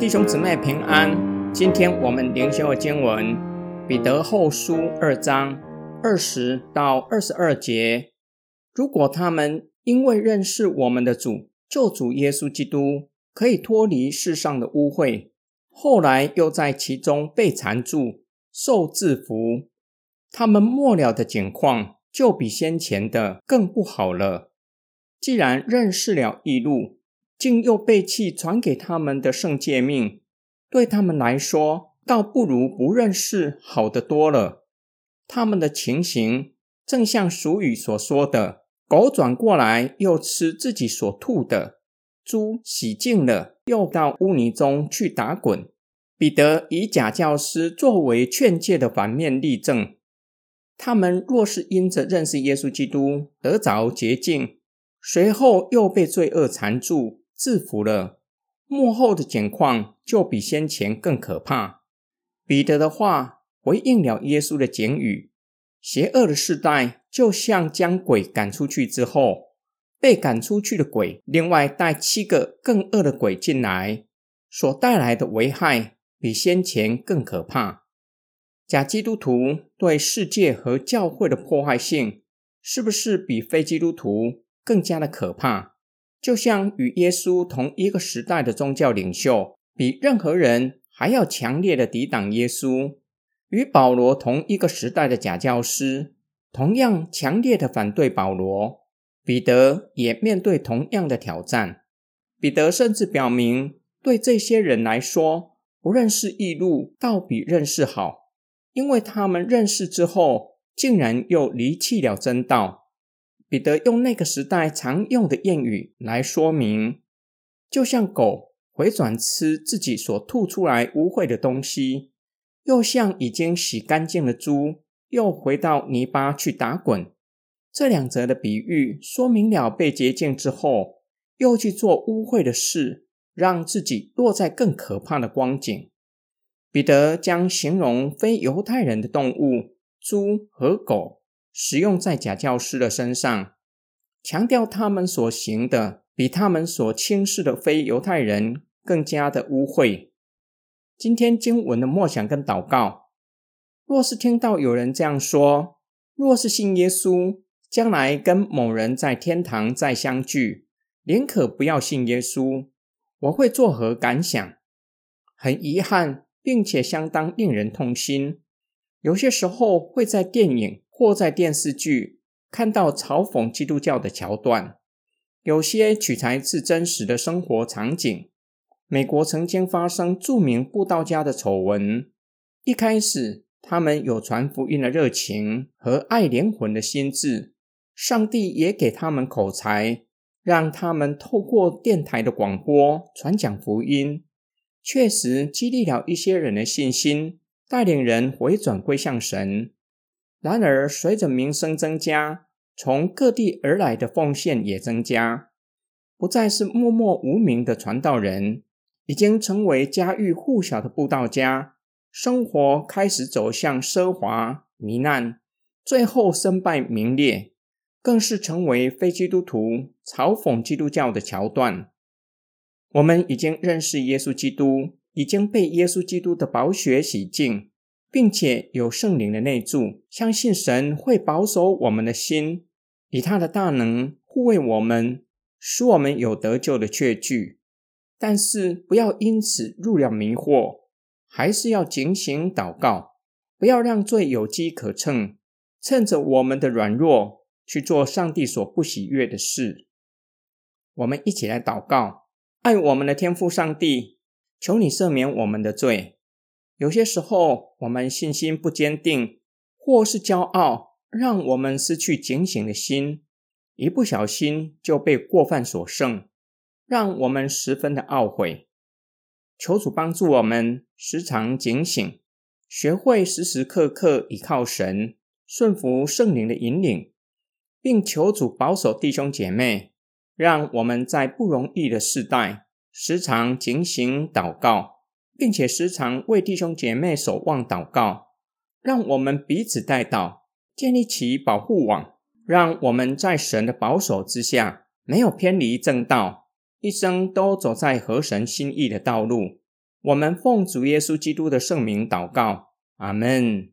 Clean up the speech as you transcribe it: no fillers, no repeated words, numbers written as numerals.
弟兄姊妹平安。今天我们灵修的经文彼得后书2章20到22节。如果他们因为认识我们的主救主耶稣基督，可以脱离世上的污秽，后来又在其中被缠住，受制服，他们末了的景况就比先前的更不好了。既然认识了义路，竟又背弃传给他们的圣诫命，对他们来说倒不如不认识好得多了。他们的情形正像俗语所说的，狗转过来又吃自己所吐的，猪洗净了又到污泥中去打滚。彼得以假教师作为劝诫的反面例证，他们若是因着认识耶稣基督得着洁净，随后又被罪恶缠住制服了，末后的景况就比先前更可怕。彼得的话回应了耶稣的警语，邪恶的世代就像将鬼赶出去之后，被赶出去的鬼另外带7个更恶的鬼进来，所带来的危害比先前更可怕。假基督徒对世界和教会的破坏性，是不是比非基督徒更加的可怕？就像与耶稣同一个时代的宗教领袖，比任何人还要强烈的抵挡耶稣；与保罗同一个时代的假教师，同样强烈的反对保罗。彼得也面对同样的挑战。彼得甚至表明，对这些人来说，不认识义路倒比认识好，因为他们认识之后，竟然又离弃了真道。彼得用那个时代常用的谚语来说明，就像狗回转吃自己所吐出来污秽的东西，又像已经洗干净的猪又回到泥巴去打滚。这两则的比喻说明了被洁净之后又去做污秽的事，让自己落在更可怕的光景。彼得将形容非犹太人的动物猪和狗使用在假教师的身上，强调他们所行的比他们所轻视的非犹太人更加的污秽。今天经文的默想跟祷告，若是听到有人这样说，若是信耶稣，将来跟某人在天堂再相聚，宁可不要信耶稣，我会作何感想？很遗憾，并且相当令人痛心。有些时候会在电影或在电视剧看到嘲讽基督教的桥段，有些取材自真实的生活场景。美国曾经发生著名布道家的丑闻，一开始他们有传福音的热情和爱灵魂的心志，上帝也给他们口才，让他们透过电台的广播传讲福音，确实激励了一些人的信心，带领人回转归向神。然而随着名声增加，从各地而来的奉献也增加，不再是默默无名的传道人，已经成为家喻户晓的布道家，生活开始走向奢华糜烂，最后身败名裂，更是成为非基督徒嘲讽基督教的桥段。我们已经认识耶稣基督，已经被耶稣基督的宝血洗净，并且有圣灵的内住，相信神会保守我们的心，以他的大能护卫我们，使我们有得救的确据。但是不要因此入了迷惑，还是要警醒祷告，不要让罪有机可乘，趁着我们的软弱去做上帝所不喜悦的事。我们一起来祷告。爱我们的天父上帝，求你赦免我们的罪。有些时候我们信心不坚定，或是骄傲，让我们失去警醒的心，一不小心就被过犯所胜，让我们十分的懊悔。求主帮助我们时常警醒，学会时时刻刻倚靠神，顺服圣灵的引领，并求主保守弟兄姐妹，让我们在不容易的世代时常警醒祷告，并且时常为弟兄姐妹守望祷告，让我们彼此代祷，建立起保护网，让我们在神的保守之下，没有偏离正道，一生都走在合神心意的道路。 我们奉主耶稣基督的圣名祷告，阿们。